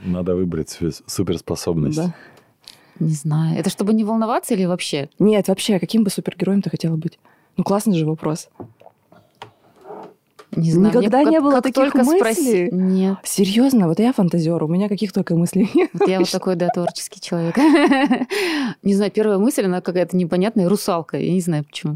Надо выбрать свою суперспособность. Да. Не знаю. Это чтобы не волноваться или вообще? Нет, вообще, каким бы супергероем ты хотела быть? Ну, классный же вопрос. Не знаю. Никогда не было таких мыслей? Нет. Серьезно? Вот я фантазер, у меня каких только мыслей нет. Вот я вот такой, да, творческий человек. Не знаю, первая мысль, она какая-то непонятная, русалка. Я не знаю, почему.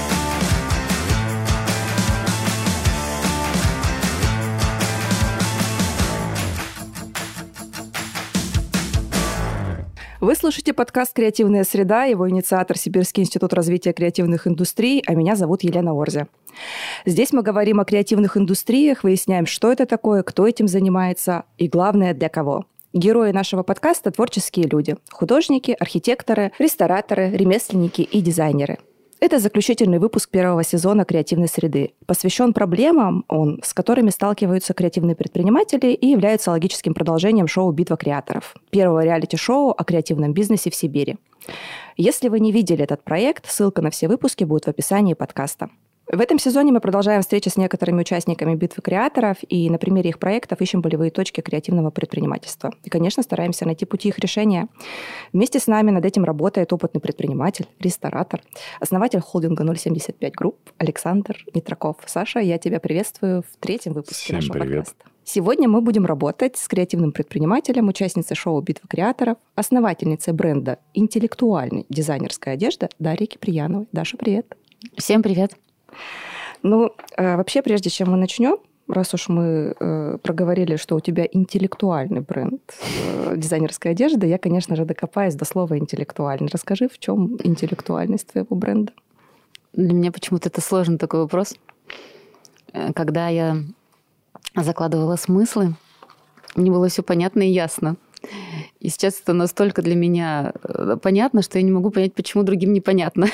Вы слушаете подкаст «Креативная среда», его инициатор Сибирский институт развития креативных индустрий, а меня зовут Елена Орзя. Здесь мы говорим о креативных индустриях, выясняем, что это такое, кто этим занимается и, главное, для кого. Герои нашего подкаста – творческие люди – художники, архитекторы, рестораторы, ремесленники и дизайнеры. Это заключительный выпуск первого сезона «Креативной среды». Посвящен проблемам, с которыми сталкиваются креативные предприниматели и является логическим продолжением шоу «Битва креаторов», первого реалити-шоу о креативном бизнесе в Сибири. Если вы не видели этот проект, ссылка на все выпуски будет в описании подкаста. В этом сезоне мы продолжаем встречи с некоторыми участниками «Битвы креаторов» и на примере их проектов ищем болевые точки креативного предпринимательства. И, конечно, стараемся найти пути их решения. Вместе с нами над этим работает опытный предприниматель, ресторатор, основатель холдинга 075 Групп Александр Митраков. Саша, я тебя приветствую в третьем выпуске Всем нашего привет. подкаста. Сегодня мы будем работать с креативным предпринимателем, участницей шоу «Битва креаторов», основательницей бренда интеллектуальной дизайнерской одежды Дарьей Киприяновой. Даша, привет. Всем привет. Ну, вообще, прежде чем мы начнем, раз уж мы проговорили, что у тебя интеллектуальный бренд дизайнерской одежды, я, конечно же, докопаюсь до слова «интеллектуальный». Расскажи, в чем интеллектуальность твоего бренда? Для меня почему-то это сложный такой вопрос. Когда я закладывала смыслы, мне было все понятно и ясно. И сейчас это настолько для меня понятно, что я не могу понять, почему другим непонятно.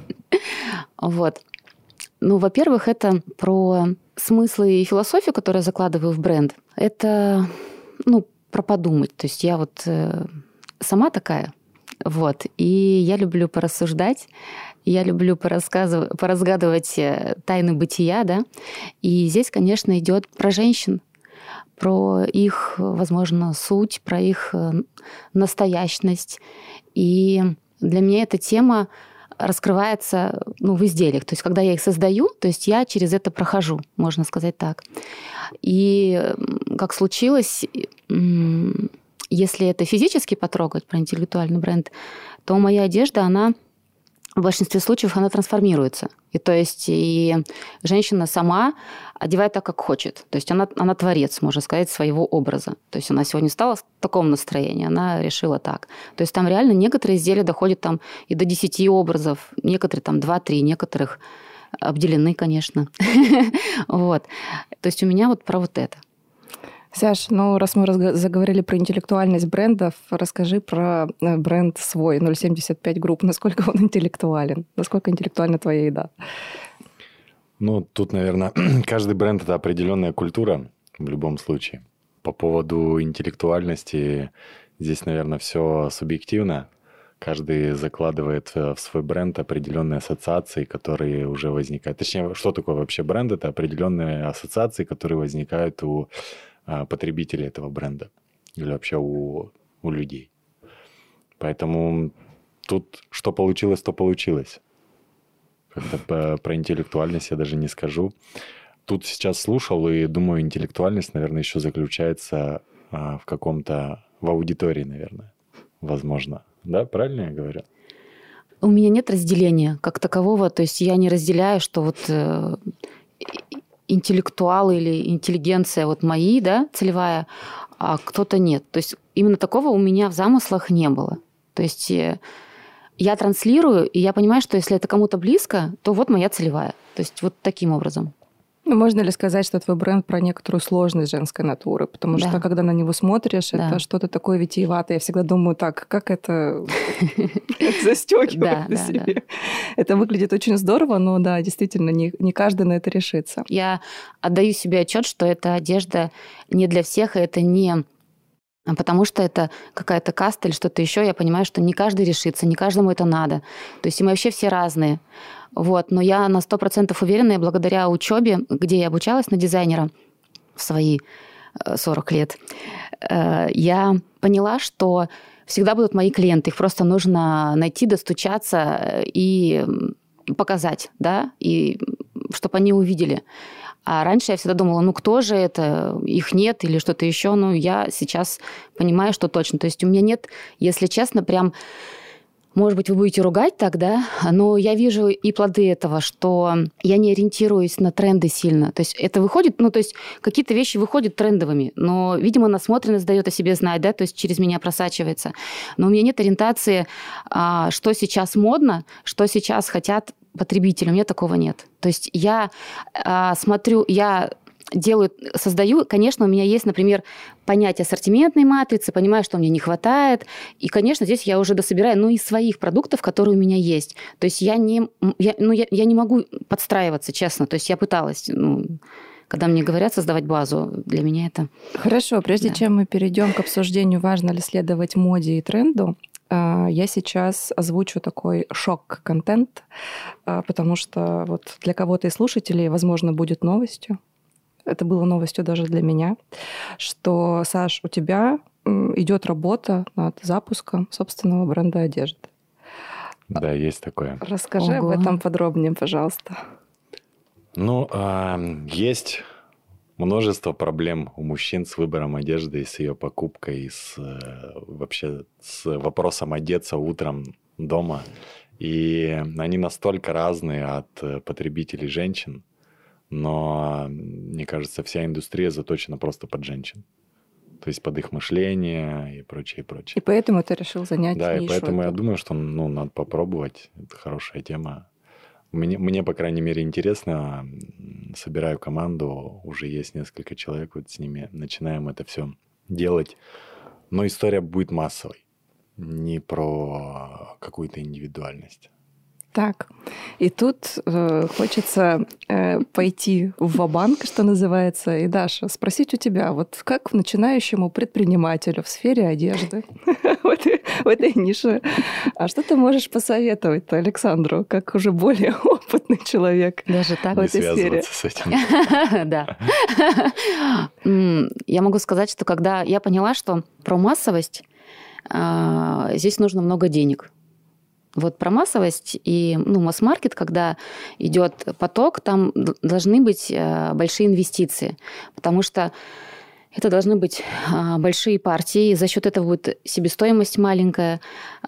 Вот. Ну, во-первых, это про смыслы и философию, которую я закладываю в бренд. Это, про подумать. То есть я вот сама такая. Вот. И я люблю порассуждать, я люблю поразгадывать тайны бытия, да. И здесь, конечно, идет про женщин, про их, возможно, суть, про их настоящность. И для меня эта тема раскрывается в изделиях. То есть когда я их создаю, то есть я через это прохожу, можно сказать так. И как случилось, если это физически потрогать, про интеллектуальный бренд, то моя одежда, она в большинстве случаев она трансформируется. И то есть и женщина сама одевает так, как хочет. То есть она творец, можно сказать, своего образа. То есть она сегодня стала в таком настроении, она решила так. То есть там реально некоторые изделия доходят там и до 10 образов, некоторые там 2-3, некоторых обделены, конечно. Вот. То есть у меня вот про вот это. Саш, раз мы заговорили про интеллектуальность брендов, расскажи про бренд свой, 075 Групп. Насколько он интеллектуален? Насколько интеллектуальна твоя еда? Тут, наверное, каждый бренд – это определенная культура в любом случае. По поводу интеллектуальности здесь, наверное, все субъективно. Каждый закладывает в свой бренд определенные ассоциации, которые уже возникают. Точнее, что такое вообще бренд? Это определенные ассоциации, которые возникают у потребителей этого бренда или вообще у людей. Поэтому тут что получилось, то получилось. Как-то про интеллектуальность я даже не скажу. Тут сейчас слушал и думаю, интеллектуальность, наверное, еще заключается в аудитории, наверное, возможно. Да, правильно я говорю? У меня нет разделения как такового, то есть я не разделяю, что вот интеллектуалы или интеллигенция вот мои, да, целевая, а кто-то нет. То есть именно такого у меня в замыслах не было. То есть я транслирую, и я понимаю, что если это кому-то близко, то вот моя целевая. То есть вот таким образом. Можно ли сказать, что твой бренд про некоторую сложность женской натуры? Потому что, когда на него смотришь, это что-то такое витиеватое. Я всегда думаю, как это застёгивать на себе. Это выглядит очень здорово, но да, действительно, не каждый на это решится. Я отдаю себе отчет, что эта одежда не для всех, и это не потому что это какая-то каста или что-то еще. Я понимаю, что не каждый решится, не каждому это надо. То есть мы вообще все разные. Вот. Но я на 100% уверена, и благодаря учебе, где я обучалась на дизайнера в свои 40 лет, я поняла, что всегда будут мои клиенты. Их просто нужно найти, достучаться и показать, да, и чтобы они увидели. А раньше я всегда думала, ну кто же это, их нет или что-то еще. Ну, я сейчас понимаю, что точно. То есть у меня нет, если честно, прям, может быть, вы будете ругать так, да, но я вижу и плоды этого, что я не ориентируюсь на тренды сильно. То есть это выходит, ну, то есть какие-то вещи выходят трендовыми, но, видимо, насмотренность дает о себе знать, да, то есть через меня просачивается. Но у меня нет ориентации, что сейчас модно, что сейчас хотят потребители. У меня такого нет. То есть я смотрю, я создаю, конечно, у меня есть, например, понятие ассортиментной матрицы, понимаю, что мне не хватает, и, конечно, здесь я уже дособираю, ну, из своих продуктов, которые у меня есть. То есть я не могу подстраиваться, честно. То есть я пыталась, когда мне говорят создавать базу, для меня это... Хорошо, прежде чем мы перейдем к обсуждению, важно ли следовать моде и тренду, я сейчас озвучу такой шок-контент, потому что вот для кого-то из слушателей, возможно, будет новостью. Это было новостью даже для меня, что, Саш, у тебя идет работа над запуском собственного бренда одежды. Да, есть такое. Расскажи об этом подробнее, пожалуйста. Ну, есть множество проблем у мужчин с выбором одежды, с ее покупкой, вообще с вопросом одеться утром дома. И они настолько разные от потребителей женщин, но, мне кажется, вся индустрия заточена просто под женщин. То есть под их мышление и прочее, прочее. И поэтому ты решил занять Да, нишу. и поэтому я думаю, что надо попробовать. Это хорошая тема. Мне, по крайней мере, интересно. Собираю команду, уже есть несколько человек, вот с ними начинаем это все делать. Но история будет массовой, не про какую-то индивидуальность. Так, и тут хочется пойти ва-банк, что называется, и, Даша, спросить у тебя, вот как начинающему предпринимателю в сфере одежды, в этой нише, а что ты можешь посоветовать Александру, как уже более опытный человек даже так в этой сфере? Связываться с этим. Да. Я могу сказать, что когда я поняла, что про массовость здесь нужно много денег. Вот про массовость и масс-маркет, когда идет поток, там должны быть большие инвестиции, потому что это должны быть большие партии, за счет этого будет себестоимость маленькая,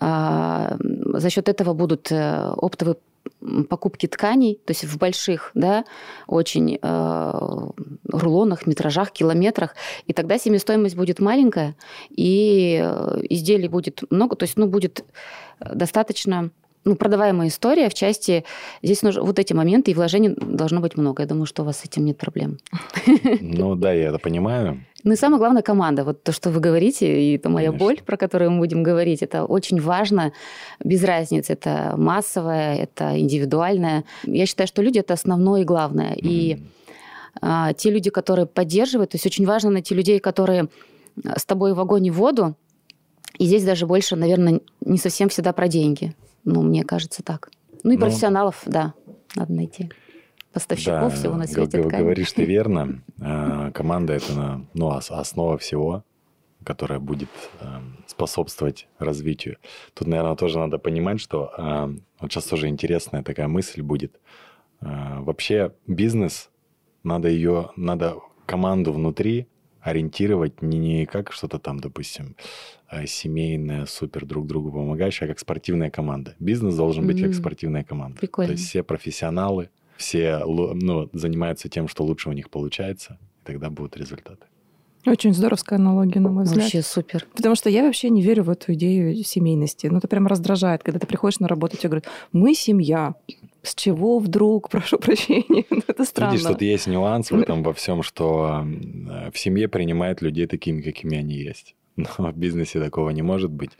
за счет этого будут оптовые покупки тканей, то есть в больших, да, очень рулонах, метражах, километрах, и тогда себестоимость будет маленькая, и изделий будет много, то есть будет достаточно продаваемая история в части, здесь нужно, вот эти моменты и вложений должно быть много. Я думаю, что у вас с этим нет проблем. Ну да, я это понимаю. Ну и самое главное, команда. Вот то, что вы говорите, и это моя боль, про которую мы будем говорить, это очень важно, без разницы. Это массовое, это индивидуальное. Я считаю, что люди – это основное и главное. И те люди, которые поддерживают, то есть очень важно найти людей, которые с тобой в огонь и в воду. И здесь даже больше, наверное, не совсем всегда про деньги. Мне кажется, так. И профессионалов, да, надо найти. Поставщиков всего на свете ткани. Говоришь ты верно. Команда – это основа всего, которая будет способствовать развитию. Тут, наверное, тоже надо понимать, что вот сейчас тоже интересная такая мысль будет. Вообще бизнес, надо команду внутри ориентировать не как что-то там, допустим, семейное, супер друг другу помогающее, а как спортивная команда. Бизнес должен быть как спортивная команда. Прикольно. То есть все профессионалы, все занимаются тем, что лучше у них получается, и тогда будут результаты. Очень здоровская аналогия, на мой взгляд. Вообще супер. Потому что я вообще не верю в эту идею семейности. Это прям раздражает, когда ты приходишь на работу, тебе говорят, мы семья. С чего вдруг? Прошу прощения. Это странно. Видишь, тут есть нюанс в этом во всем, что в семье принимают людей такими, какими они есть. Но в бизнесе такого не может быть.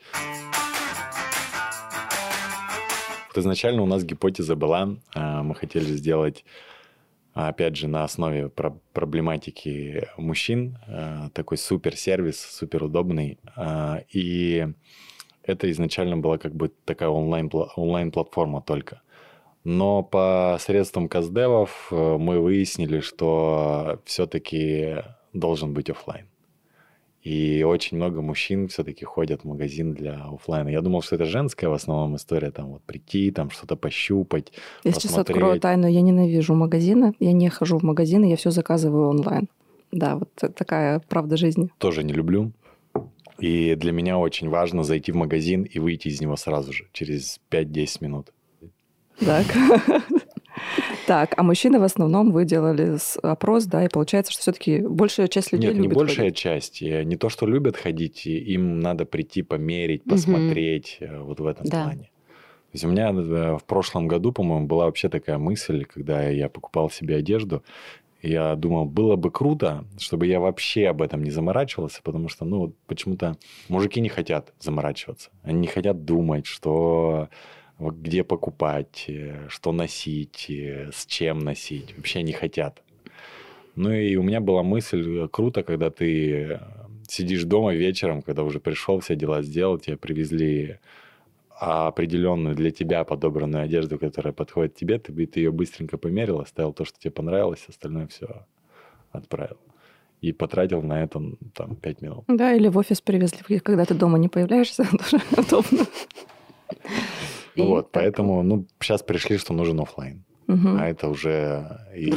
Изначально у нас гипотеза была, мы хотели сделать, опять же, на основе проблематики мужчин, такой суперсервис, суперудобный. И это изначально была как бы такая онлайн-платформа только. Но по средствам каздевов мы выяснили, что все-таки должен быть офлайн. И очень много мужчин все-таки ходят в магазин для офлайна. Я думал, что это женская в основном история, там вот прийти, там что-то пощупать, Я сейчас открою тайну, я ненавижу магазины, я не хожу в магазины, я все заказываю онлайн. Да, вот такая правда жизни. Тоже не люблю. И для меня очень важно зайти в магазин и выйти из него сразу же, через 5-10 минут. Так. Так, а мужчины в основном вы делали опрос, да, и получается, что все-таки большая часть людей любит Нет, не большая ходить. часть. Не то, что любят ходить, им надо прийти, померить, посмотреть, вот в этом плане. То есть у меня в прошлом году, по-моему, была вообще такая мысль, когда я покупал себе одежду, я думал, было бы круто, чтобы я вообще об этом не заморачивался, потому что, ну, почему-то мужики не хотят заморачиваться. Они не хотят думать, что... где покупать, что носить, с чем носить. Вообще не хотят. Ну и у меня была мысль, круто, когда ты сидишь дома вечером, когда уже пришел, все дела сделал, тебе привезли определенную для тебя подобранную одежду, которая подходит тебе, ты ее быстренько померил, оставил то, что тебе понравилось, остальное все отправил. И потратил на это там 5 минут. Да, или в офис привезли, когда ты дома не появляешься, тоже удобно. Ну вот, поэтому, ну, сейчас пришли, что нужен офлайн. А это уже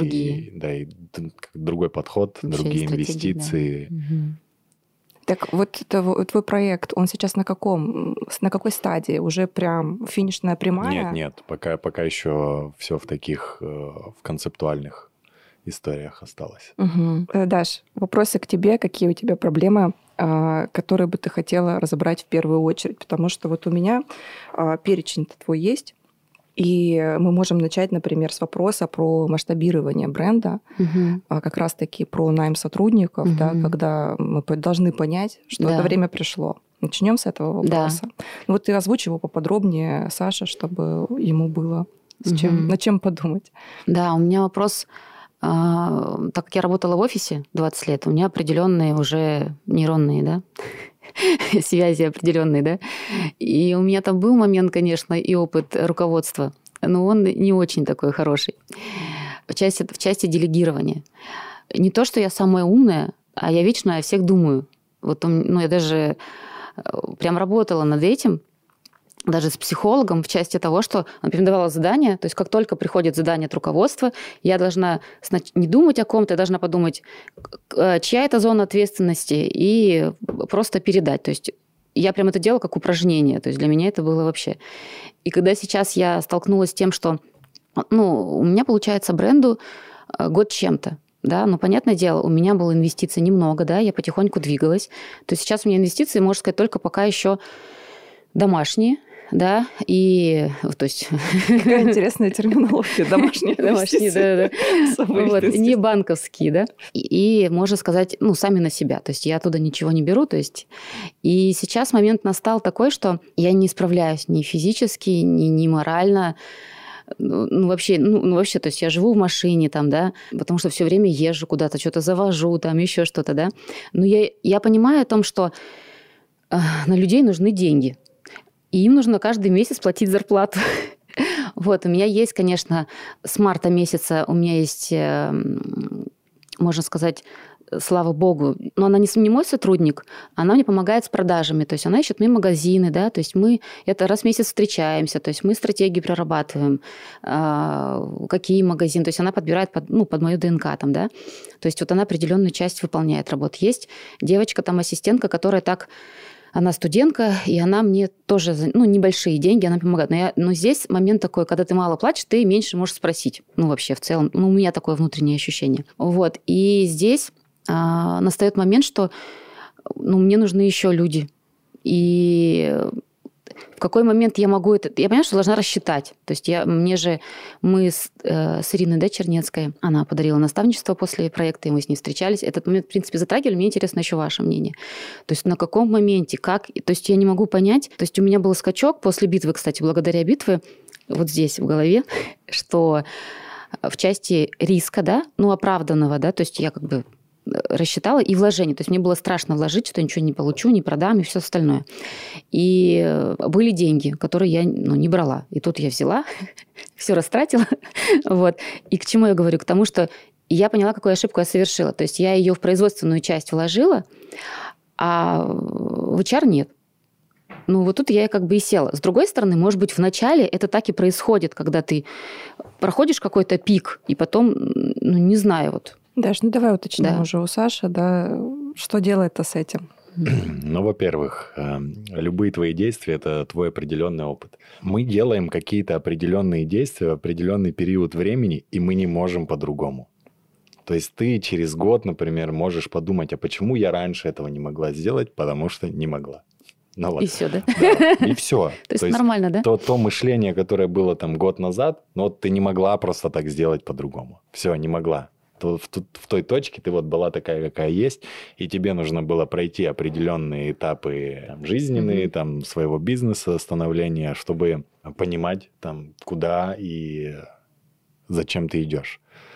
и другой подход, вообще другие инвестиции. Да. Так вот твой проект, он сейчас на какой стадии? Уже прям финишная прямая? Нет, пока еще все в таких, в концептуальных историях осталось. Даш, вопросы к тебе. Какие у тебя проблемы, которые бы ты хотела разобрать в первую очередь? Потому что вот у меня перечень-то твой есть, и мы можем начать, например, с вопроса про масштабирование бренда, как раз-таки про найм сотрудников, да, когда мы должны понять, что это время пришло. Начнем с этого вопроса. Да. Вот ты озвучь его поподробнее, Саша, чтобы ему было над чем подумать. Да, у меня вопрос... Так как я работала в офисе 20 лет, у меня определенные уже нейронные, да, связи определенные, да. И у меня там был момент, конечно, и опыт руководства, но он не очень такой хороший в части делегирования. Не то, что я самая умная, а я вечно о всех думаю. Вот, ну, я даже прям работала над этим, даже с психологом в части того, что он передавал задание, то есть как только приходит задание от руководства, я должна не думать о ком-то, я должна подумать, чья это зона ответственности, и просто передать. То есть я прям это делала как упражнение, то есть для меня это было вообще. И когда сейчас я столкнулась с тем, что у меня получается бренду год чем-то, да, но понятное дело, у меня было инвестиций немного, да, я потихоньку двигалась. То есть сейчас у меня инвестиции, можно сказать, только пока еще домашние, да, и... То есть... Какая интересная терминология. Домашние, да. Вот, не банковские, да. И, можно сказать, сами на себя. То есть я оттуда ничего не беру. То есть... И сейчас момент настал такой, что я не справляюсь ни физически, ни морально. Вообще, то есть я живу в машине там, да, потому что все время езжу куда-то, что-то завожу, там еще что-то, да. Но я понимаю о том, что на людей нужны деньги. И им нужно каждый месяц платить зарплату. Вот, у меня есть, конечно, с марта месяца у меня есть, можно сказать, слава богу, но она не мой сотрудник, она мне помогает с продажами, то есть она ищет мне магазины, да, то есть мы это раз в месяц встречаемся, то есть мы стратегию прорабатываем, какие магазины, то есть она подбирает под мою ДНК там, да, то есть вот она определенную часть выполняет работ. Есть девочка там, ассистентка, которая она студентка, и она мне тоже, небольшие деньги, она помогает. Но здесь момент такой, когда ты мало платишь, ты меньше можешь спросить. Вообще в целом, у меня такое внутреннее ощущение. Вот. И здесь настает момент, что мне нужны еще люди. И в какой момент я могу это... Я понимаю, что должна рассчитать. То есть мы с Ириной, да, Чернецкой, она подарила наставничество после проекта, и мы с ней встречались. Этот момент, в принципе, затрагивали. Мне интересно еще ваше мнение. То есть на каком моменте, как... То есть я не могу понять. То есть у меня был скачок после битвы, кстати, благодаря битве, вот здесь в голове, что в части риска, да, оправданного, да, то есть я как бы рассчитала, и вложение. То есть мне было страшно вложить, что ничего не получу, не продам и все остальное. И были деньги, которые я не брала. И тут я взяла, все растратила. Вот. И к чему я говорю? К тому, что И я поняла, какую ошибку я совершила. То есть я ее в производственную часть вложила, а в HR нет. Ну, вот тут я как бы и села. С другой стороны, может быть, вначале это так и происходит, когда ты проходишь какой-то пик, и потом, ну, не знаю, вот. Даш, ну давай уточним уже у Саши, да, что делает-то с этим? Ну, во-первых, любые твои действия – это твой определенный опыт. Мы делаем какие-то определенные действия в определенный период времени, и мы не можем по-другому. То есть ты через год, например, можешь подумать, а почему я раньше этого не могла сделать, потому что не могла. Ну, вот. И все, да? Да, и все. То есть нормально, да? То мышление, которое было там год назад, ну, вот ты не могла просто так сделать по-другому. Все, не могла. В той точке ты вот была такая, какая есть, и тебе нужно было пройти определенные этапы там, жизненные, там, своего бизнеса, становления, чтобы понимать, там, куда и зачем ты идешь.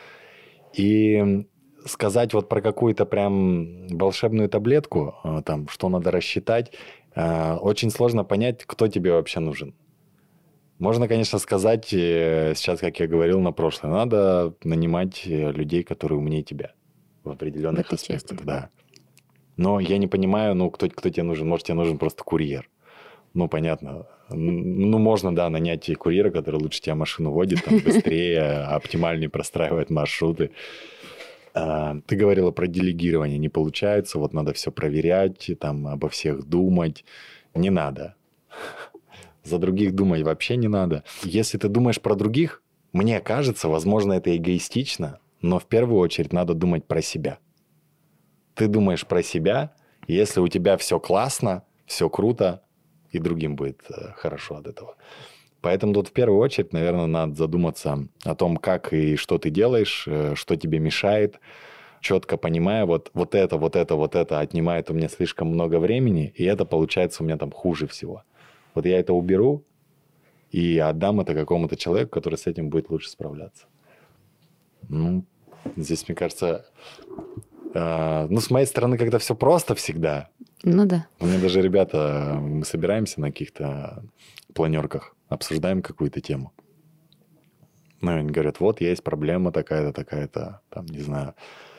И сказать вот про какую-то прям волшебную таблетку, там, что надо рассчитать, очень сложно понять, кто тебе вообще нужен. Можно, конечно, сказать, сейчас, как я говорил на прошлое, надо нанимать людей, которые умнее тебя в определенных аспектах. Да. Но я не понимаю, ну, кто тебе нужен. Может, тебе нужен просто курьер. Ну, понятно. Ну, можно, да, нанять курьера, который лучше тебя машину водит, там, быстрее, оптимальнее простраивает маршруты. Ты говорила про делегирование. Не получается, вот надо все проверять, там, обо всех думать. Не надо. За других думать вообще не надо. Если ты думаешь про других, мне кажется, возможно, это эгоистично, но в первую очередь надо думать про себя. Ты думаешь про себя, и если у тебя все классно, все круто, и другим будет хорошо от этого. Поэтому тут в первую очередь, наверное, надо задуматься о том, как и что ты делаешь, что тебе мешает, четко понимая, вот это отнимает у меня слишком много времени, и это получается у меня там хуже всего. Вот я это уберу и отдам это какому-то человеку, который с этим будет лучше справляться. Ну, здесь, мне кажется, ну, с моей стороны, когда все просто всегда. Ну да. У меня даже ребята, мы собираемся на каких-то планерках, обсуждаем какую-то тему. Ну, они говорят, вот есть проблема такая-то, такая-то, там, не знаю.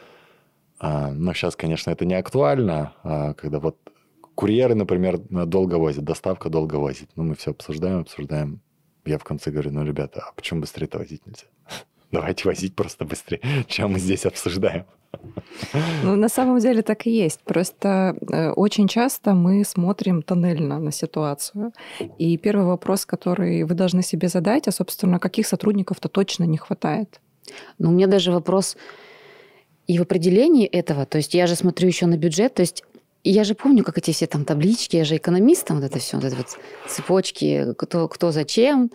Но сейчас, конечно, это не актуально, когда вот курьеры, например, долго возят, доставка долго возит. Ну, мы все обсуждаем. Я в конце говорю, ну, ребята, а почему быстрее-то возить нельзя? Давайте возить просто быстрее, чем мы здесь обсуждаем. Ну, на самом деле так и есть. Просто очень часто мы смотрим тоннельно на ситуацию. И первый вопрос, который вы должны себе задать, а, собственно, каких сотрудников-то точно не хватает? Ну, у меня даже вопрос и в определении этого. То есть я же смотрю еще на бюджет. То есть я же помню, как эти все там таблички, я же экономист, там вот это все, вот эти вот цепочки, кто зачем,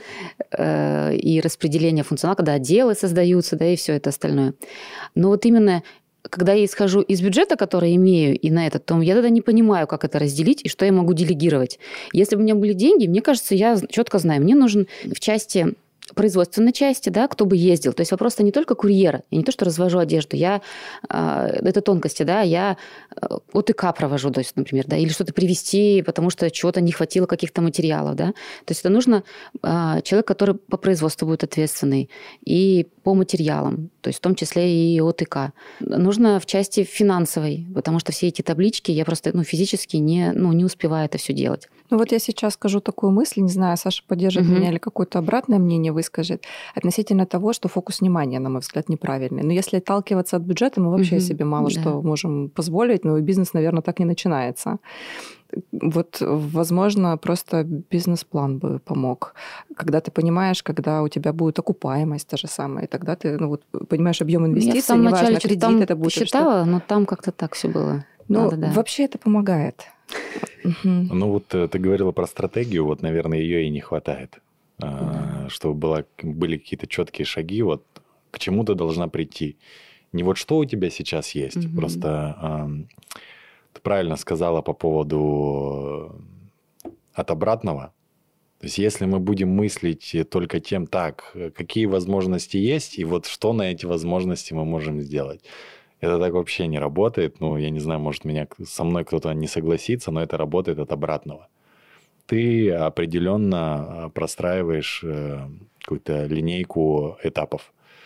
и распределение функционала, когда отделы создаются, да, и все это остальное. Но вот именно когда я исхожу из бюджета, который имею, и на этот, то я тогда не понимаю, как это разделить и что я могу делегировать. Если бы у меня были деньги, мне кажется, я четко знаю, мне нужен в части производственной части, да, кто бы ездил. То есть вопрос-то не только курьера. Я не то, что развожу одежду, это тонкости, да, я ОТК провожу, то есть, например, да, или что-то привезти, потому что чего-то не хватило каких-то материалов, да. То есть это нужно человек, который по производству будет ответственный, и по материалам, то есть в том числе и ОТК. Нужно в части финансовой, потому что все эти таблички я просто физически не успеваю это все делать. Ну вот я сейчас скажу такую мысль, не знаю, Саша поддержит меня или какое-то обратное мнение выскажет, относительно того, что фокус внимания, на мой взгляд, неправильный. Но если отталкиваться от бюджета, мы вообще себе мало что можем позволить, но и бизнес, наверное, так не начинается. Вот, возможно, просто бизнес-план бы помог. Когда ты понимаешь, когда у тебя будет окупаемость та же самая, и тогда ты понимаешь объем инвестиций, я в самом неважно, начале кредит там это будет. посчитала, но там как-то так все было. Ну, вообще это помогает. Ну, вот ты говорила про стратегию, вот, наверное, ее и не хватает. Чтобы были какие-то четкие шаги, вот к чему ты должна прийти. Не вот что у тебя сейчас есть, просто ты правильно сказала по поводу от обратного. То есть если мы будем мыслить только тем, так, какие возможности есть, и вот что на эти возможности мы можем сделать. Это так вообще не работает. Ну, я не знаю, может, со мной кто-то не согласится, но это работает от обратного. Ты определенно простраиваешь какую-то линейку этапов.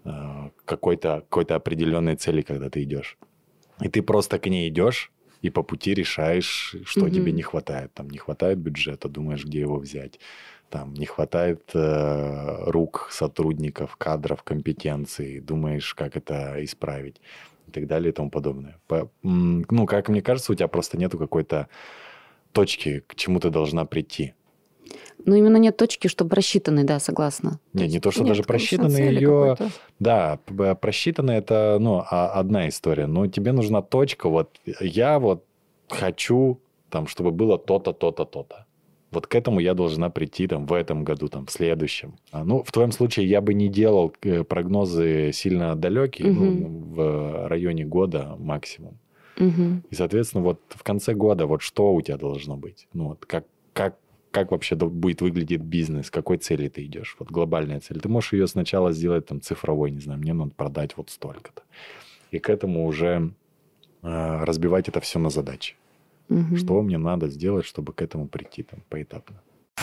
какой-то определенной цели, когда ты идешь. И ты просто к ней идешь, и по пути решаешь, что тебе не хватает. Там не хватает бюджета, думаешь, где его взять. Там не хватает рук, сотрудников, кадров, компетенций. Думаешь, как это исправить. И так далее и тому подобное. Ну, как мне кажется, у тебя просто нету какой-то точки, к чему ты должна прийти. Ну, именно нет точки, чтобы рассчитанной, да, согласна. Не то, что даже просчитанной ее... Да, просчитанная это, одна история. Но тебе нужна точка. Вот я вот хочу, там, чтобы было то-то, то-то, то-то. Вот к этому я должна прийти там, в этом году, там, в следующем. В твоем случае я бы не делал прогнозы сильно далекие, в районе года максимум. И, соответственно, вот в конце года вот что у тебя должно быть? Ну, вот как вообще будет выглядеть бизнес, к какой цели ты идешь? Вот глобальная цель. Ты можешь ее сначала сделать там цифровой, не знаю, мне надо продать вот столько-то. И к этому уже разбивать это все на задачи. Что мне надо сделать, чтобы к этому прийти там, поэтапно.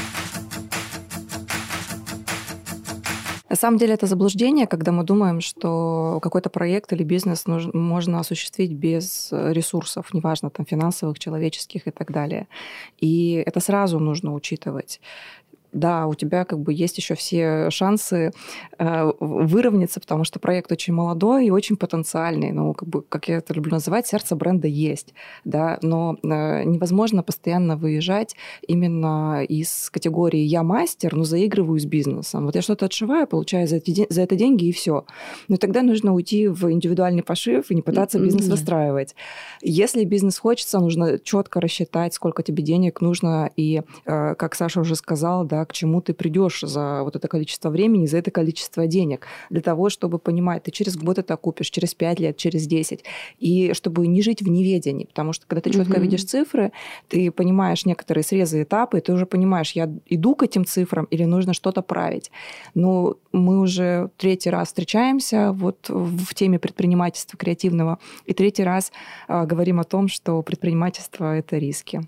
На самом деле это заблуждение, когда мы думаем, что какой-то проект или бизнес можно осуществить без ресурсов, неважно, там, финансовых, человеческих и так далее. И это сразу нужно учитывать. Да, у тебя как бы есть еще все шансы выровняться, потому что проект очень молодой и очень потенциальный. Ну, как бы, как я это люблю называть, сердце бренда есть, да, но невозможно постоянно выезжать именно из категории «я мастер, но заигрываю с бизнесом». Вот я что-то отшиваю, получаю за это деньги, и все. Но тогда нужно уйти в индивидуальный пошив и не пытаться бизнес выстраивать. Если бизнес хочется, нужно четко рассчитать, сколько тебе денег нужно, и, как Саша уже сказал, да, к чему ты придешь за вот это количество времени, за это количество денег, для того, чтобы понимать, ты через год это купишь, через 5 лет, через 10, и чтобы не жить в неведении, потому что когда ты четко видишь цифры, ты понимаешь некоторые срезы, этапы, и ты уже понимаешь, я иду к этим цифрам или нужно что-то править. Но мы уже 3-й раз встречаемся вот в теме предпринимательства креативного, и 3-й раз говорим о том, что предпринимательство – это риски.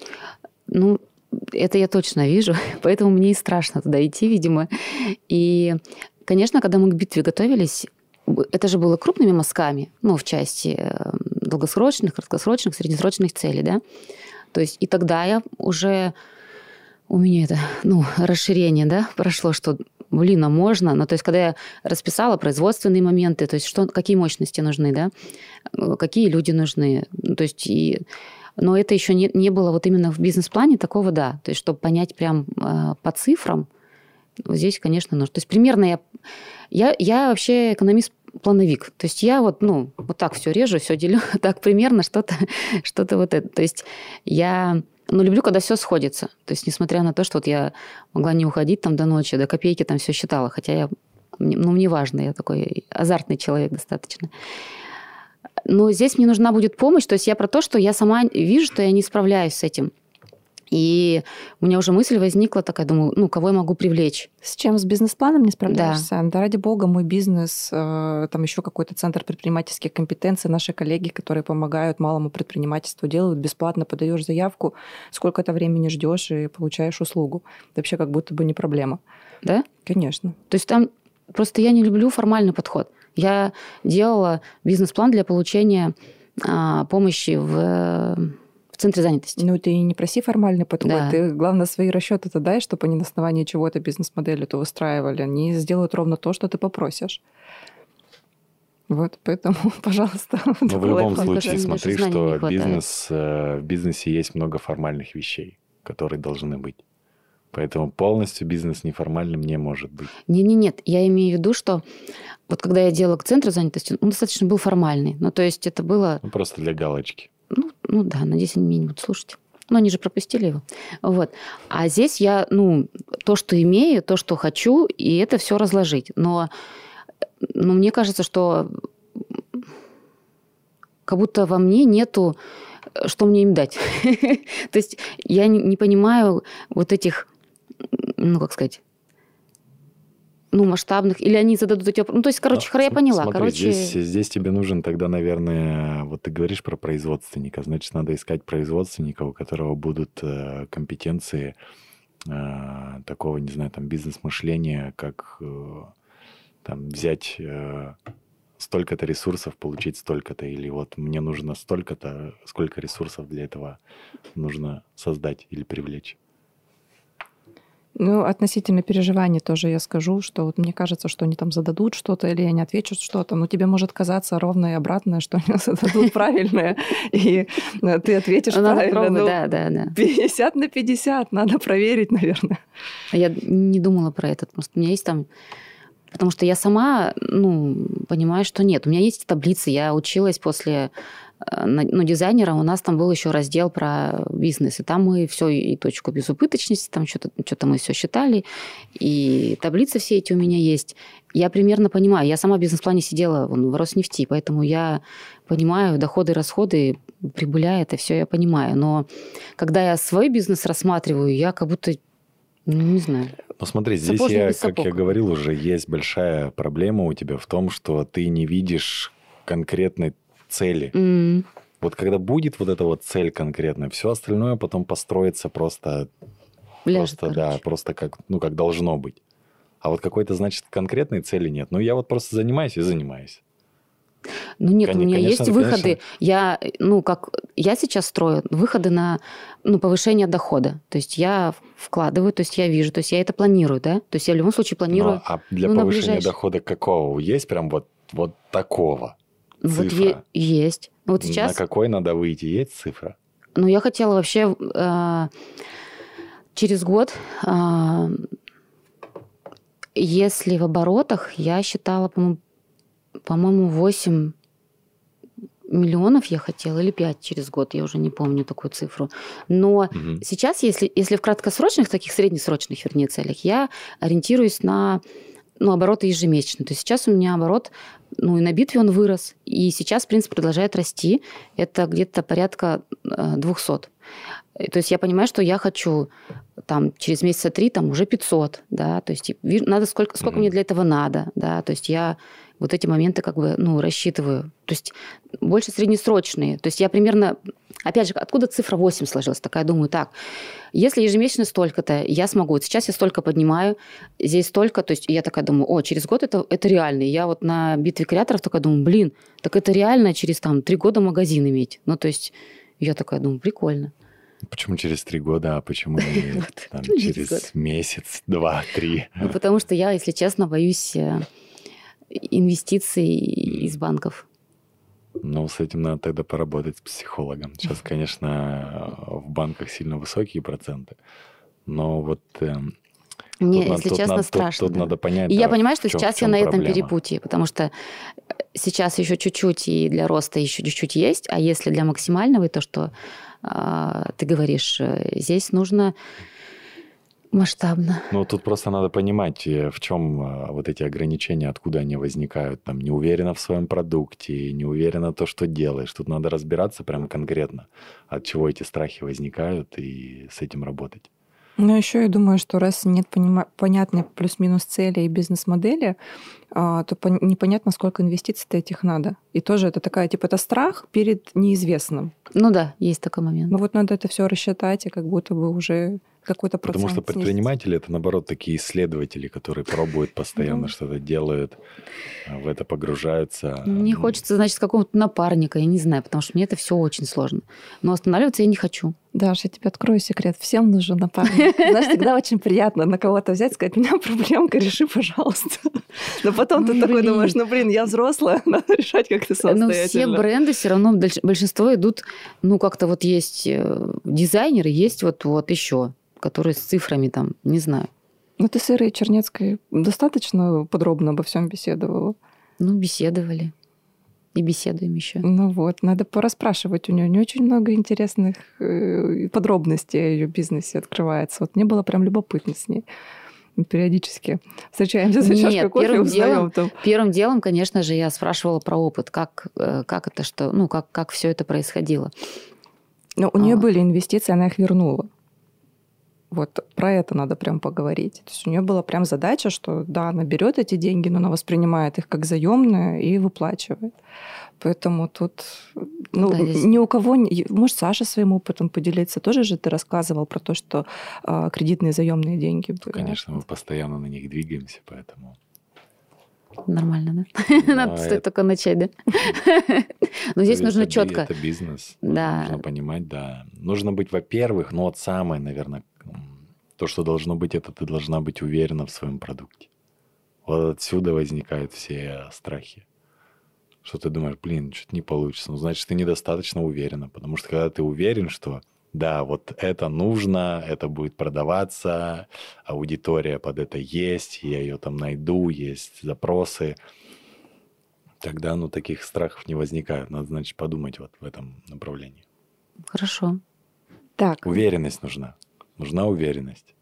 Ну, это я точно вижу, поэтому мне и страшно туда идти, видимо. И, конечно, когда мы к битве готовились, это же было крупными мазками, ну, в части долгосрочных, краткосрочных, среднесрочных целей, да. То есть и тогда я уже... У меня это, расширение, да, прошло, что, а можно. Но то есть когда я расписала производственные моменты, то есть какие мощности нужны, да, какие люди нужны, то есть Но это еще не было вот именно в бизнес-плане такого, да. То есть, чтобы понять прям по цифрам, вот здесь, конечно, нужно. То есть, примерно я вообще экономист-плановик. То есть, я вот так все режу, все делю, так примерно что-то вот это. То есть, я люблю, когда все сходится. То есть, несмотря на то, что вот я могла не уходить там до ночи, до копейки там все считала, хотя мне важно, я такой азартный человек достаточно. Но здесь мне нужна будет помощь. То есть я про то, что я сама вижу, что я не справляюсь с этим. И у меня уже мысль возникла такая, думаю, кого я могу привлечь? С чем? С бизнес-планом не справляешься? Да, ради бога, мой бизнес, там еще какой-то центр предпринимательских компетенций, наши коллеги, которые помогают малому предпринимательству, делают бесплатно, подаешь заявку, сколько-то времени ждешь и получаешь услугу. Вообще как будто бы не проблема. Да? Конечно. То есть там просто я не люблю формальный подход. Я делала бизнес-план для получения помощи в центре занятости. Ну, ты не проси формальный подход. Да. Ты, главное, свои расчеты-то дай, чтобы они на основании чего-то бизнес-модель эту выстраивали. Они сделают ровно то, что ты попросишь. Вот, поэтому, пожалуйста. Но в любом случае смотри, что в бизнесе есть много формальных вещей, которые должны быть. Поэтому полностью бизнес неформальным не может быть. Нет. Я имею в виду, что вот когда я делала к центру занятости, он достаточно был формальный. Ну, то есть это было... Просто для галочки. Ну да, надеюсь, они меня не будут слушать. Но они же пропустили его. Вот. А здесь я, то, что имею, то, что хочу, и это все разложить. Но мне кажется, что как будто во мне нету, что мне им дать. То есть я не понимаю вот этих, масштабных, или они зададут эти вопросы. То есть, я поняла. Смотри, здесь тебе нужен тогда, наверное, вот ты говоришь про производственника, значит, надо искать производственника, у которого будут компетенции такого, не знаю, там, бизнес-мышления, как там взять столько-то ресурсов, получить столько-то, или вот мне нужно столько-то, сколько ресурсов для этого нужно создать или привлечь. Ну, относительно переживаний тоже я скажу, что вот мне кажется, что они там зададут что-то или они ответят что-то, но тебе может казаться ровно и обратное, что они зададут правильное, и ты ответишь правильно. Да. 50 на 50, надо проверить, наверное. Я не думала про это, потому что у меня есть там... Потому что я сама, понимаю, что нет. У меня есть таблицы. Я училась после дизайнера. У нас там был еще раздел про бизнес. И там мы все, и точку безубыточности, там что-то мы все считали. И таблицы все эти у меня есть. Я примерно понимаю. Я сама в бизнес-плане сидела в Роснефти, поэтому я понимаю доходы, расходы, прибыля, это все я понимаю. Но когда я свой бизнес рассматриваю, я как будто... не знаю. Ну смотри, здесь как я говорил уже, есть большая проблема у тебя в том, что ты не видишь конкретной цели. Вот когда будет вот эта вот цель конкретная, все остальное потом построится просто как должно быть. А вот какой-то, значит, конкретной цели нет. Ну, я вот просто занимаюсь и занимаюсь. Ну нет, у меня есть выходы. Я сейчас строю выходы на повышение дохода. То есть я вкладываю, то есть я вижу, то есть я это планирую, да? То есть я в любом случае планирую. А для повышения дохода какого? Есть прям вот такого цифра? Вот есть. Вот сейчас... На какой надо выйти? Есть цифра? Ну, я хотела вообще через год, если в оборотах, я считала, по-моему, 8 миллионов я хотела, или 5 через год, я уже не помню такую цифру. Но сейчас, если в краткосрочных, таких среднесрочных, целях, я ориентируюсь на обороты ежемесячно. То есть сейчас у меня оборот, и на битве он вырос, и сейчас, в принципе, продолжает расти. Это где-то порядка 200. То есть я понимаю, что я хочу там через месяца 3 там уже 500, да, то есть надо сколько мне для этого надо, да, то есть я вот эти моменты как бы, рассчитываю. То есть больше среднесрочные. То есть я примерно... Опять же, откуда цифра 8 сложилась? Такая, думаю, так, если ежемесячно столько-то, я смогу. Вот сейчас я столько поднимаю, здесь столько. То есть я такая думаю, через год это реально. И я вот на битве креаторов такая думаю, так это реально через 3 года магазин иметь. Ну, то есть я такая думаю, прикольно. Почему через 3 года, а почему не через месяц, 2, 3? Потому что я, если честно, боюсь... инвестиций из банков. Ну, с этим надо тогда поработать с психологом. Сейчас, конечно, в банках сильно высокие проценты, но вот... Мне, если честно, страшно. Тут надо понять, и я понимаю, что в чем, сейчас я на этом перепутье, потому что сейчас еще чуть-чуть, и для роста еще чуть-чуть есть, а если для максимального, и то, что ты говоришь, здесь нужно... масштабно. Ну, тут просто надо понимать, в чем вот эти ограничения, откуда они возникают. Там не уверена в своем продукте, не уверена в том, что делаешь. Тут надо разбираться прям конкретно, от чего эти страхи возникают, и с этим работать. Ну, еще я думаю, что раз нет понятной плюс-минус цели и бизнес-модели, то непонятно, сколько инвестиций-то этих надо. И тоже это такая, это страх перед неизвестным. Ну да, есть такой момент. Ну вот надо это все рассчитать, и как будто бы уже какой-то процент. Потому что предприниматели — это, наоборот, такие исследователи, которые пробуют постоянно, что-то делают, в это погружаются. Мне хочется, значит, какого-то напарника, я не знаю, потому что мне это все очень сложно. Но останавливаться я не хочу. Даш, я тебе открою секрет. Всем нужен напарник. Знаешь, всегда очень приятно на кого-то взять, сказать, у меня проблемка, реши, пожалуйста. Но потом ты такой думаешь, я взрослая, надо решать как-то самостоятельно. Но все бренды все равно, большинство идут, как-то вот есть дизайнеры, есть вот еще, которые с цифрами там, не знаю. Ну, ты с Ирой Чернецкой достаточно подробно обо всем беседовала? Беседовали. И беседуем еще. Ну вот, надо порасспрашивать у нее. У нее очень много интересных подробностей о ее бизнесе открывается. Вот мне было прям любопытно с ней. Мы периодически встречаемся за чашкой кофе, узнаем там. Первым делом, конечно же, я спрашивала про опыт, как это, что, как все это происходило. Но у нее были инвестиции, она их вернула. Вот про это надо прям поговорить. То есть у нее была прям задача, что да, она берет эти деньги, но она воспринимает их как заемные и выплачивает. Поэтому тут здесь... ни у кого... Может, Саша своим опытом поделиться? Тоже же ты рассказывал про то, что кредитные заемные деньги были. Конечно, мы постоянно на них двигаемся, поэтому... Нормально, да? Надо стоит только начать, да? Но здесь нужно четко. Это бизнес. Да. Нужно понимать, да. Нужно быть, во-первых, вот самое, наверное, то, что должно быть, это ты должна быть уверена в своем продукте. Вот отсюда возникают все страхи. Что ты думаешь, что-то не получится. Значит, ты недостаточно уверена. Потому что когда ты уверен, что да, вот это нужно, это будет продаваться, аудитория под это есть, я ее там найду, есть запросы, тогда, таких страхов не возникает. Надо, значит, подумать вот в этом направлении. Хорошо. Так. Уверенность нужна. Нужна уверенность.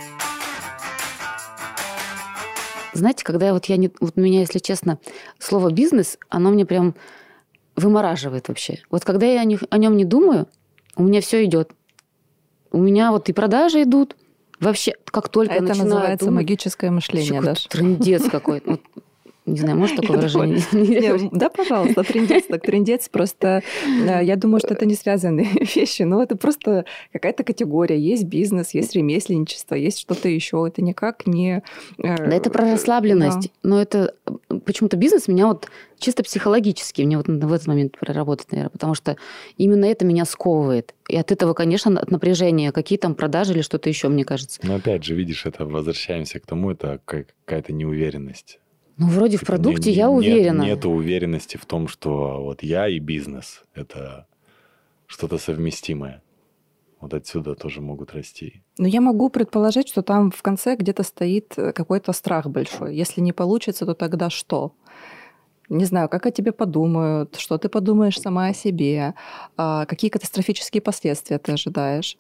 Знаете, когда вот меня, если честно, слово «бизнес», оно мне прям вымораживает вообще. Вот когда я о нем не думаю, у меня все идет. У меня вот и продажи идут. Вообще, как только я начинаю называется думать, магическое мышление, Даш. Трындец какой-то. Не знаю, может такое выражение? Да, пожалуйста, трындец. Так трындец просто... Я думаю, что это не связанные вещи, но это просто какая-то категория. Есть бизнес, есть ремесленничество, есть что-то еще. Это никак не... Да, это про расслабленность. Да. Но это почему-то бизнес меня вот чисто психологически, мне вот в этот момент проработать, наверное, потому что именно это меня сковывает. И от этого, конечно, от напряжения, какие там продажи или что-то еще, мне кажется. Но опять же, видишь, это возвращаемся к тому, это какая-то неуверенность. Ну, вроде в продукте я уверена. Нет уверенности в том, что вот я и бизнес – это что-то совместимое. Вот отсюда тоже могут расти. Но я могу предположить, что там в конце где-то стоит какой-то страх большой. Если не получится, то тогда что? Не знаю, как о тебе подумают, что ты подумаешь сама о себе, какие катастрофические последствия ты ожидаешь.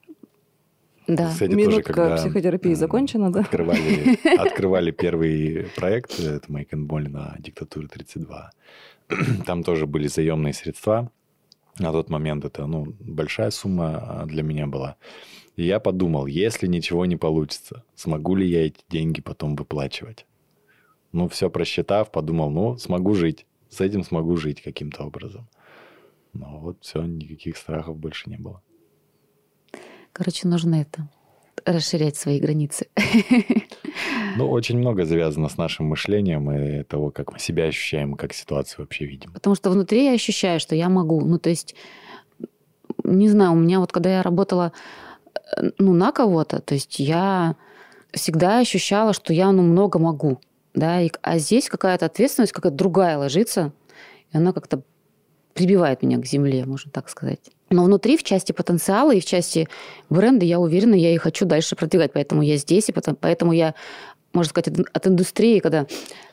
Да. Кстати, минутка тоже, когда психотерапии закончена, да? Открывали первый проект, это Make and Ball на Диктатуре 32. Там тоже были заемные средства. На тот момент это большая сумма для меня была. И я подумал, если ничего не получится, смогу ли я эти деньги потом выплачивать? Все просчитав, подумал, смогу жить. С этим смогу жить каким-то образом. Но вот все, никаких страхов больше не было. Короче, нужно расширять свои границы. Очень много завязано с нашим мышлением и того, как мы себя ощущаем, как ситуацию вообще видим. Потому что внутри я ощущаю, что я могу. То есть, не знаю, у меня вот когда я работала на кого-то, то есть я всегда ощущала, что я много могу. Да? А здесь какая-то ответственность, какая-то другая ложится, и она как-то прибивает меня к земле, можно так сказать. Но внутри, в части потенциала и в части бренда, я уверена, я и хочу дальше продвигать. Поэтому я здесь, и поэтому я, можно сказать, от индустрии, когда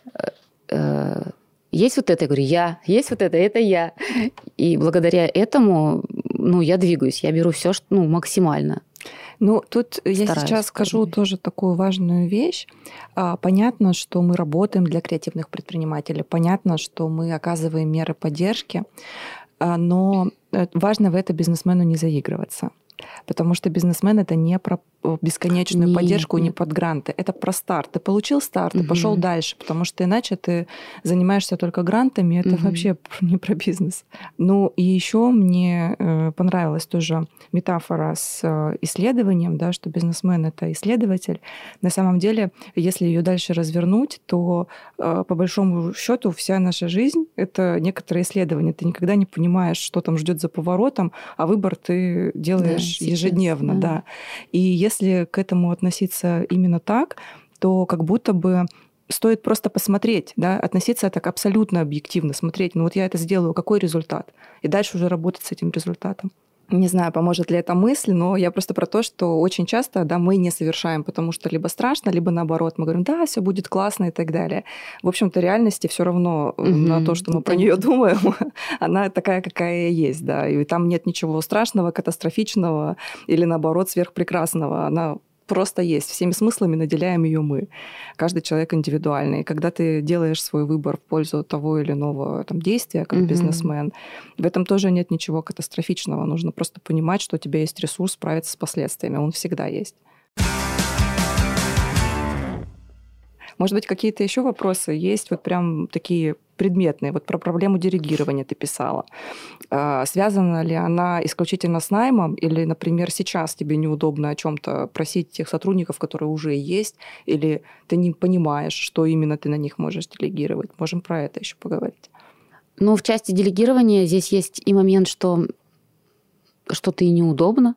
есть вот это, я говорю, есть вот это я. И благодаря этому, я двигаюсь, я беру все, что максимально. Тут я сейчас скажу тоже такую важную вещь. Понятно, что мы работаем для креативных предпринимателей, понятно, что мы оказываем меры поддержки, но важно в это бизнесмену не заигрываться. Потому что бизнесмен — это не про бесконечную поддержку, не под гранты. Это про старт. Ты получил старт, ты пошел дальше, потому что иначе ты занимаешься только грантами, это вообще не про бизнес. И еще мне понравилась тоже метафора с исследованием, да, что бизнесмен — это исследователь. На самом деле, если ее дальше развернуть, то по большому счету вся наша жизнь — это некоторое исследование. Ты никогда не понимаешь, что там ждет за поворотом, а выбор ты делаешь ежедневно, да. И если к этому относиться именно так, то как будто бы стоит просто посмотреть, да, относиться так абсолютно объективно, смотреть, я это сделаю, какой результат? И дальше уже работать с этим результатом. Не знаю, поможет ли эта мысль, но я просто про то, что очень часто, да, мы не совершаем, потому что либо страшно, либо наоборот, мы говорим, да, все будет классно и так далее. В общем-то, реальности все равно на то, что мы про нее думаем, она такая, какая есть, да, и там нет ничего страшного, катастрофичного или наоборот сверхпрекрасного. Она просто есть. Всеми смыслами наделяем ее мы. Каждый человек индивидуальный. И когда ты делаешь свой выбор в пользу того или иного действия, как бизнесмен, в этом тоже нет ничего катастрофичного. Нужно просто понимать, что у тебя есть ресурс справиться с последствиями. Он всегда есть. Может быть, какие-то еще вопросы есть? Вот прям такие предметные. Вот про проблему делегирования ты писала. Связана ли она исключительно с наймом или, например, сейчас тебе неудобно о чем-то просить тех сотрудников, которые уже есть, или ты не понимаешь, что именно ты на них можешь делегировать? Можем про это еще поговорить. Ну, в части делегирования здесь есть и момент, что что-то и неудобно.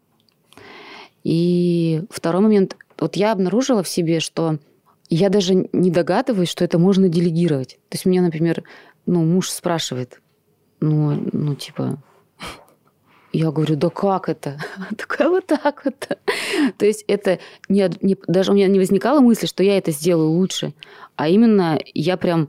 И второй момент. Вот я обнаружила в себе, что я даже не догадываюсь, что это можно делегировать. То есть меня, например, муж спрашивает, типа, я говорю, да как это? Такая вот так вот. То есть это даже у меня не возникала мысли, что я это сделаю лучше, а именно я прям,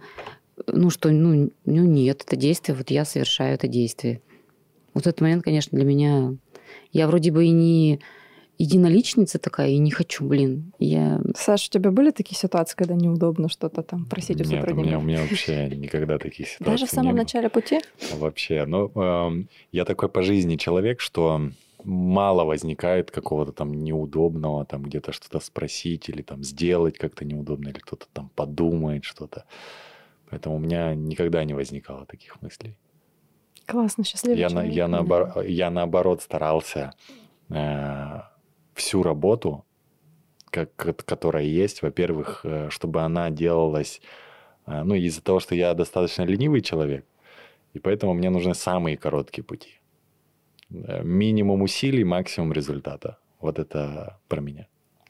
нет, это действие, вот я совершаю это действие. Вот этот момент, конечно, для меня... Я вроде бы и не единоличница такая, и не хочу, Саша, у тебя были такие ситуации, когда неудобно что-то там просить у сотрудников? Нет, у меня вообще никогда таких ситуаций не было. Даже в самом начале пути? Вообще. Я такой по жизни человек, что мало возникает какого-то там неудобного, там где-то что-то спросить или там сделать как-то неудобно, или кто-то там подумает что-то. Поэтому у меня никогда не возникало таких мыслей. Классно, счастливый человек. Я наоборот старался всю работу, которая есть, во-первых, чтобы она делалась, из-за того, что я достаточно ленивый человек, и поэтому мне нужны самые короткие пути. Минимум усилий, максимум результата. Вот это про меня.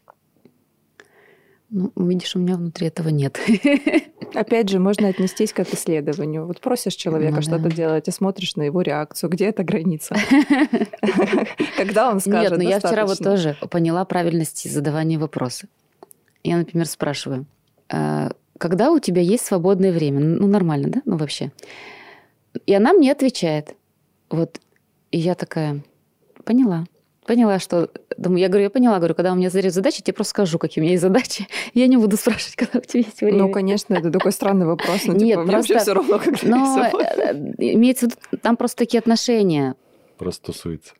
Видишь, у меня внутри этого нет. Опять же, можно отнестись как к исследованию. Вот просишь человека что-то делать, и смотришь на его реакцию. Где эта граница? Когда он скажет, Нет, я вчера вот тоже поняла правильность задавания вопроса. Я, например, спрашиваю, когда у тебя есть свободное время? Нормально, да? Вообще. И она мне отвечает. Вот. И я такая, поняла, что... Я поняла, когда у меня задают задачи, я тебе просто скажу, какие у меня есть задачи. Я не буду спрашивать, когда у тебя есть время. Конечно, это такой странный вопрос. Нет, просто... все равно, когда имеется в виду, там просто такие отношения. Просто тусуется.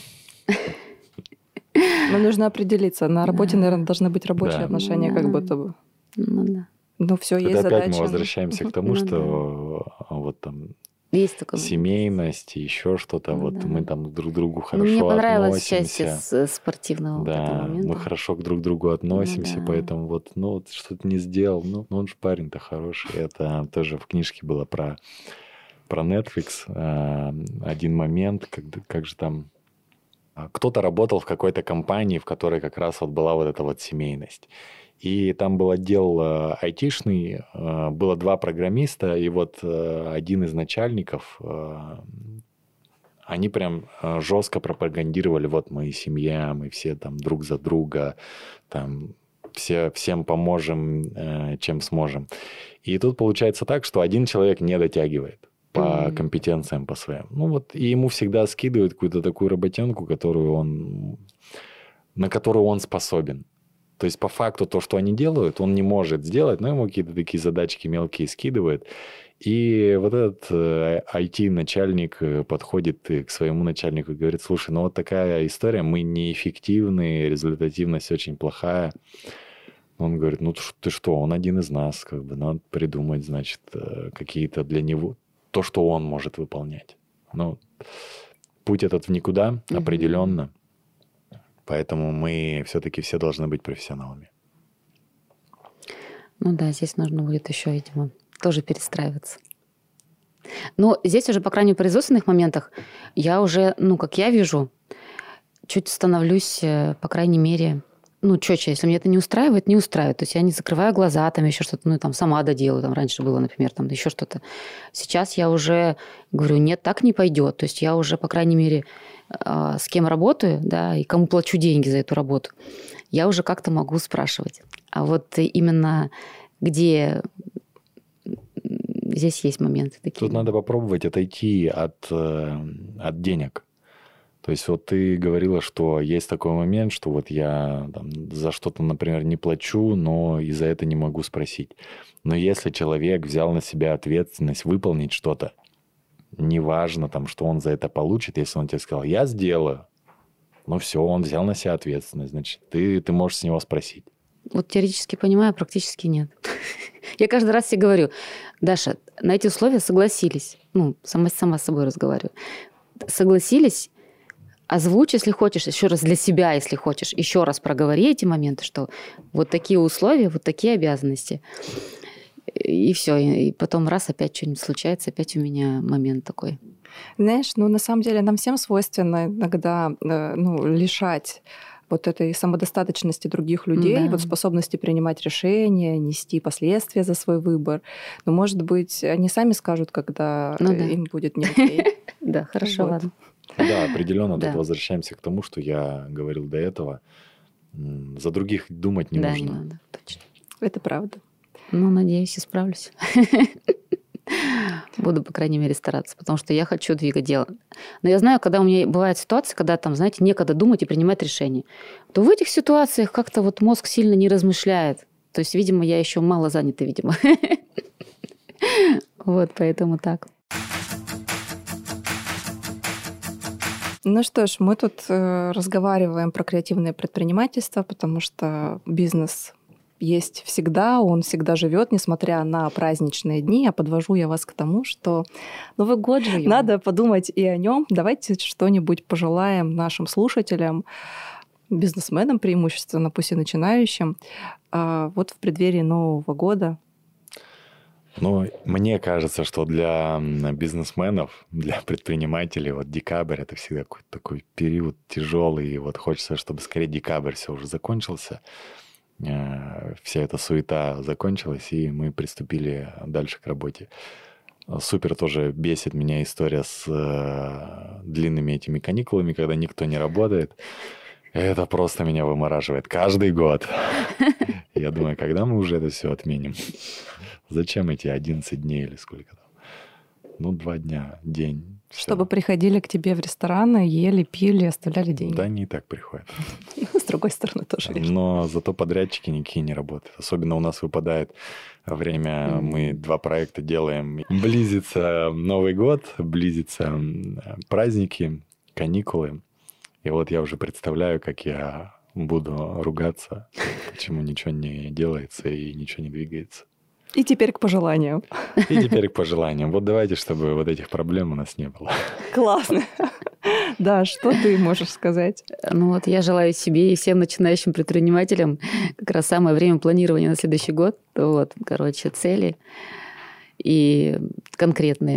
Но нужно определиться. На работе, наверное, должны быть рабочие отношения, как будто бы. Все, есть задача. Опять мы возвращаемся к тому, что вот там... Есть такое. Семейность, еще что-то. Мы там друг к другу хорошо мне понравилась относимся. часть спортивного момента. Мы хорошо друг к другу относимся, поэтому что-то не сделал. Он же парень-то хороший. Это тоже в книжке было про Netflix. Один момент, как же там... Кто-то работал в какой-то компании, в которой как раз была вот эта семейность. И там был отдел айтишный, было 2 программиста, и один из начальников, они прям жестко пропагандировали, мы семья, мы все там друг за друга, там всем поможем, чем сможем. И тут получается так, что один человек не дотягивает по компетенциям по своим. И ему всегда скидывают какую-то такую работенку, на которую он способен. То есть, по факту, то, что они делают, он не может сделать, но ему какие-то такие задачки мелкие скидывают. И этот IT-начальник подходит к своему начальнику и говорит, слушай, такая история, мы неэффективны, результативность очень плохая. Он говорит, ты что, он один из нас, надо придумать, значит, какие-то для него, то, что он может выполнять. Путь этот в никуда, определенно. Поэтому мы все-таки все должны быть профессионалами. Здесь нужно будет еще, видимо, тоже перестраиваться. Но здесь уже, по крайней мере, в производственных моментах я уже, как я вижу, чуть становлюсь, по крайней мере, четче. Если мне это не устраивает, не устраивает. То есть я не закрываю глаза, там еще что-то, сама доделаю. Там раньше было, например, там еще что-то. Сейчас я уже говорю, нет, так не пойдет. То есть я уже, по крайней мере, с кем работаю, да, и кому плачу деньги за эту работу, я уже как-то могу спрашивать. А именно где здесь есть моменты такие. Тут надо попробовать отойти от денег. То есть ты говорила, что есть такой момент, что я за что-то, например, не плачу, но и за это не могу спросить. Но если человек взял на себя ответственность выполнить что-то, неважно, что он за это получит, если он тебе сказал, я сделаю, все, он взял на себя ответственность, значит, ты можешь с него спросить. Вот теоретически понимаю, а практически нет. Я каждый раз себе говорю: Даша, на эти условия согласились. Сама с собой разговариваю. Согласились, озвучь, если хочешь, еще раз для себя, если хочешь, еще раз проговори эти моменты, что вот такие условия, вот такие обязанности. И все. И потом раз опять что-нибудь случается, опять у меня момент такой. Знаешь, на самом деле нам всем свойственно иногда лишать вот этой самодостаточности других людей, вот способности принимать решения, нести последствия за свой выбор. Но, может быть, они сами скажут, когда им будет не окей. Да, хорошо, ладно. Да, определенно тут возвращаемся к тому, что я говорил до этого. За других думать не нужно. Да, не надо, точно. Это правда. Надеюсь, исправлюсь. Буду, по крайней мере, стараться, потому что я хочу двигать дело. Но я знаю, когда у меня бывают ситуации, когда там, знаете, некогда думать и принимать решения, то в этих ситуациях как-то вот мозг сильно не размышляет. То есть, видимо, я еще мало занята, видимо. Вот, поэтому так. Ну что ж, мы тут разговариваем про креативное предпринимательство, потому что бизнес есть всегда, он всегда живет, несмотря на праздничные дни. А подвожу я вас к тому, что Новый год же, надо подумать и о нем. Давайте что-нибудь пожелаем нашим слушателям, бизнесменам преимущественно, пусть и начинающим, вот в преддверии Нового года. Мне кажется, что для бизнесменов, для предпринимателей, вот декабрь — это всегда какой-то такой период тяжелый, и вот хочется, чтобы скорее декабрь все уже закончился, вся эта суета закончилась, и мы приступили дальше к работе. Супер тоже бесит меня история с длинными этими каникулами, когда никто не работает. Это просто меня вымораживает каждый год. Я думаю, когда мы уже это все отменим? Зачем эти 11 дней или сколько там? 2 дня, день. Чтобы приходили к тебе в рестораны, ели, пили, оставляли деньги. Да, не так приходят. С другой стороны тоже. Но зато подрядчики никакие не работают. Особенно у нас выпадает время, мы 2 проекта делаем. Близится Новый год, близятся праздники, каникулы. И вот я уже представляю, как я буду ругаться, почему ничего не делается и ничего не двигается. И теперь к пожеланиям. Вот давайте, чтобы вот этих проблем у нас не было. Классно. Да, что ты можешь сказать? Я желаю себе и всем начинающим предпринимателям как раз самое время планирования на следующий год. Цели и конкретные.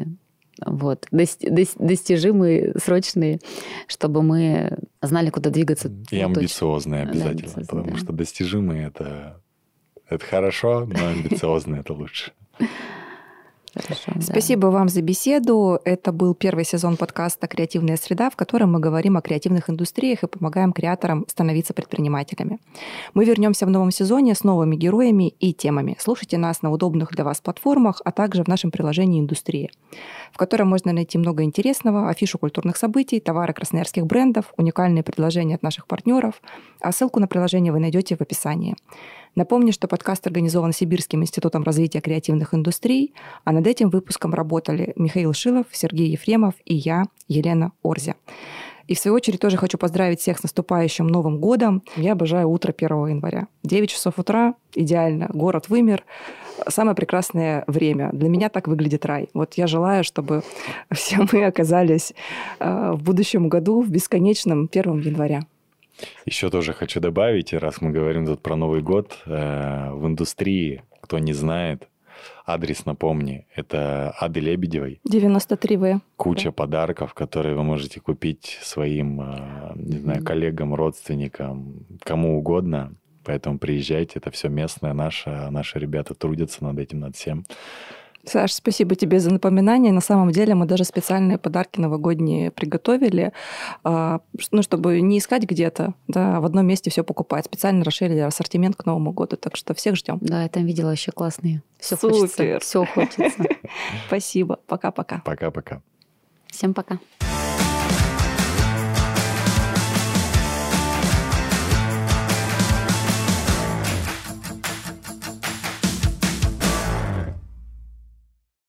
Достижимые, срочные, чтобы мы знали, куда двигаться. И амбициозные обязательно, потому что достижимые это хорошо, но амбициозные это лучше. Хорошо, спасибо вам за беседу. Это был первый сезон подкаста «Креативная среда», в котором мы говорим о креативных индустриях и помогаем креаторам становиться предпринимателями. Мы вернемся в новом сезоне с новыми героями и темами. Слушайте нас на удобных для вас платформах, а также в нашем приложении «Индустрия», в котором можно найти много интересного, афишу культурных событий, товары красноярских брендов, уникальные предложения от наших партнеров. А ссылку на приложение вы найдете в описании. Напомню, что подкаст организован Сибирским институтом развития креативных индустрий, а над этим выпуском работали Михаил Шилов, Сергей Ефремов и я, Елена Орзя. И в свою очередь тоже хочу поздравить всех с наступающим Новым годом. Я обожаю утро 1 января. 9 часов утра, идеально, город вымер. Самое прекрасное время. Для меня так выглядит рай. Я желаю, чтобы все мы оказались в будущем году в бесконечном 1 января. Еще тоже хочу добавить, раз мы говорим тут про Новый год, в индустрии, кто не знает, адрес напомни, это Ады Лебедевой. 93В. Куча подарков, которые вы можете купить своим, коллегам, родственникам, кому угодно. Поэтому приезжайте, это все местное, наши ребята трудятся над этим, над всем. Саш, спасибо тебе за напоминание. На самом деле мы даже специальные подарки новогодние приготовили, чтобы не искать где-то, а в одном месте все покупать. Специально расширили ассортимент к Новому году, так что всех ждем. Да, я там видела еще классные. Супер. Все хочется. Спасибо. Пока-пока. Пока-пока. Всем пока.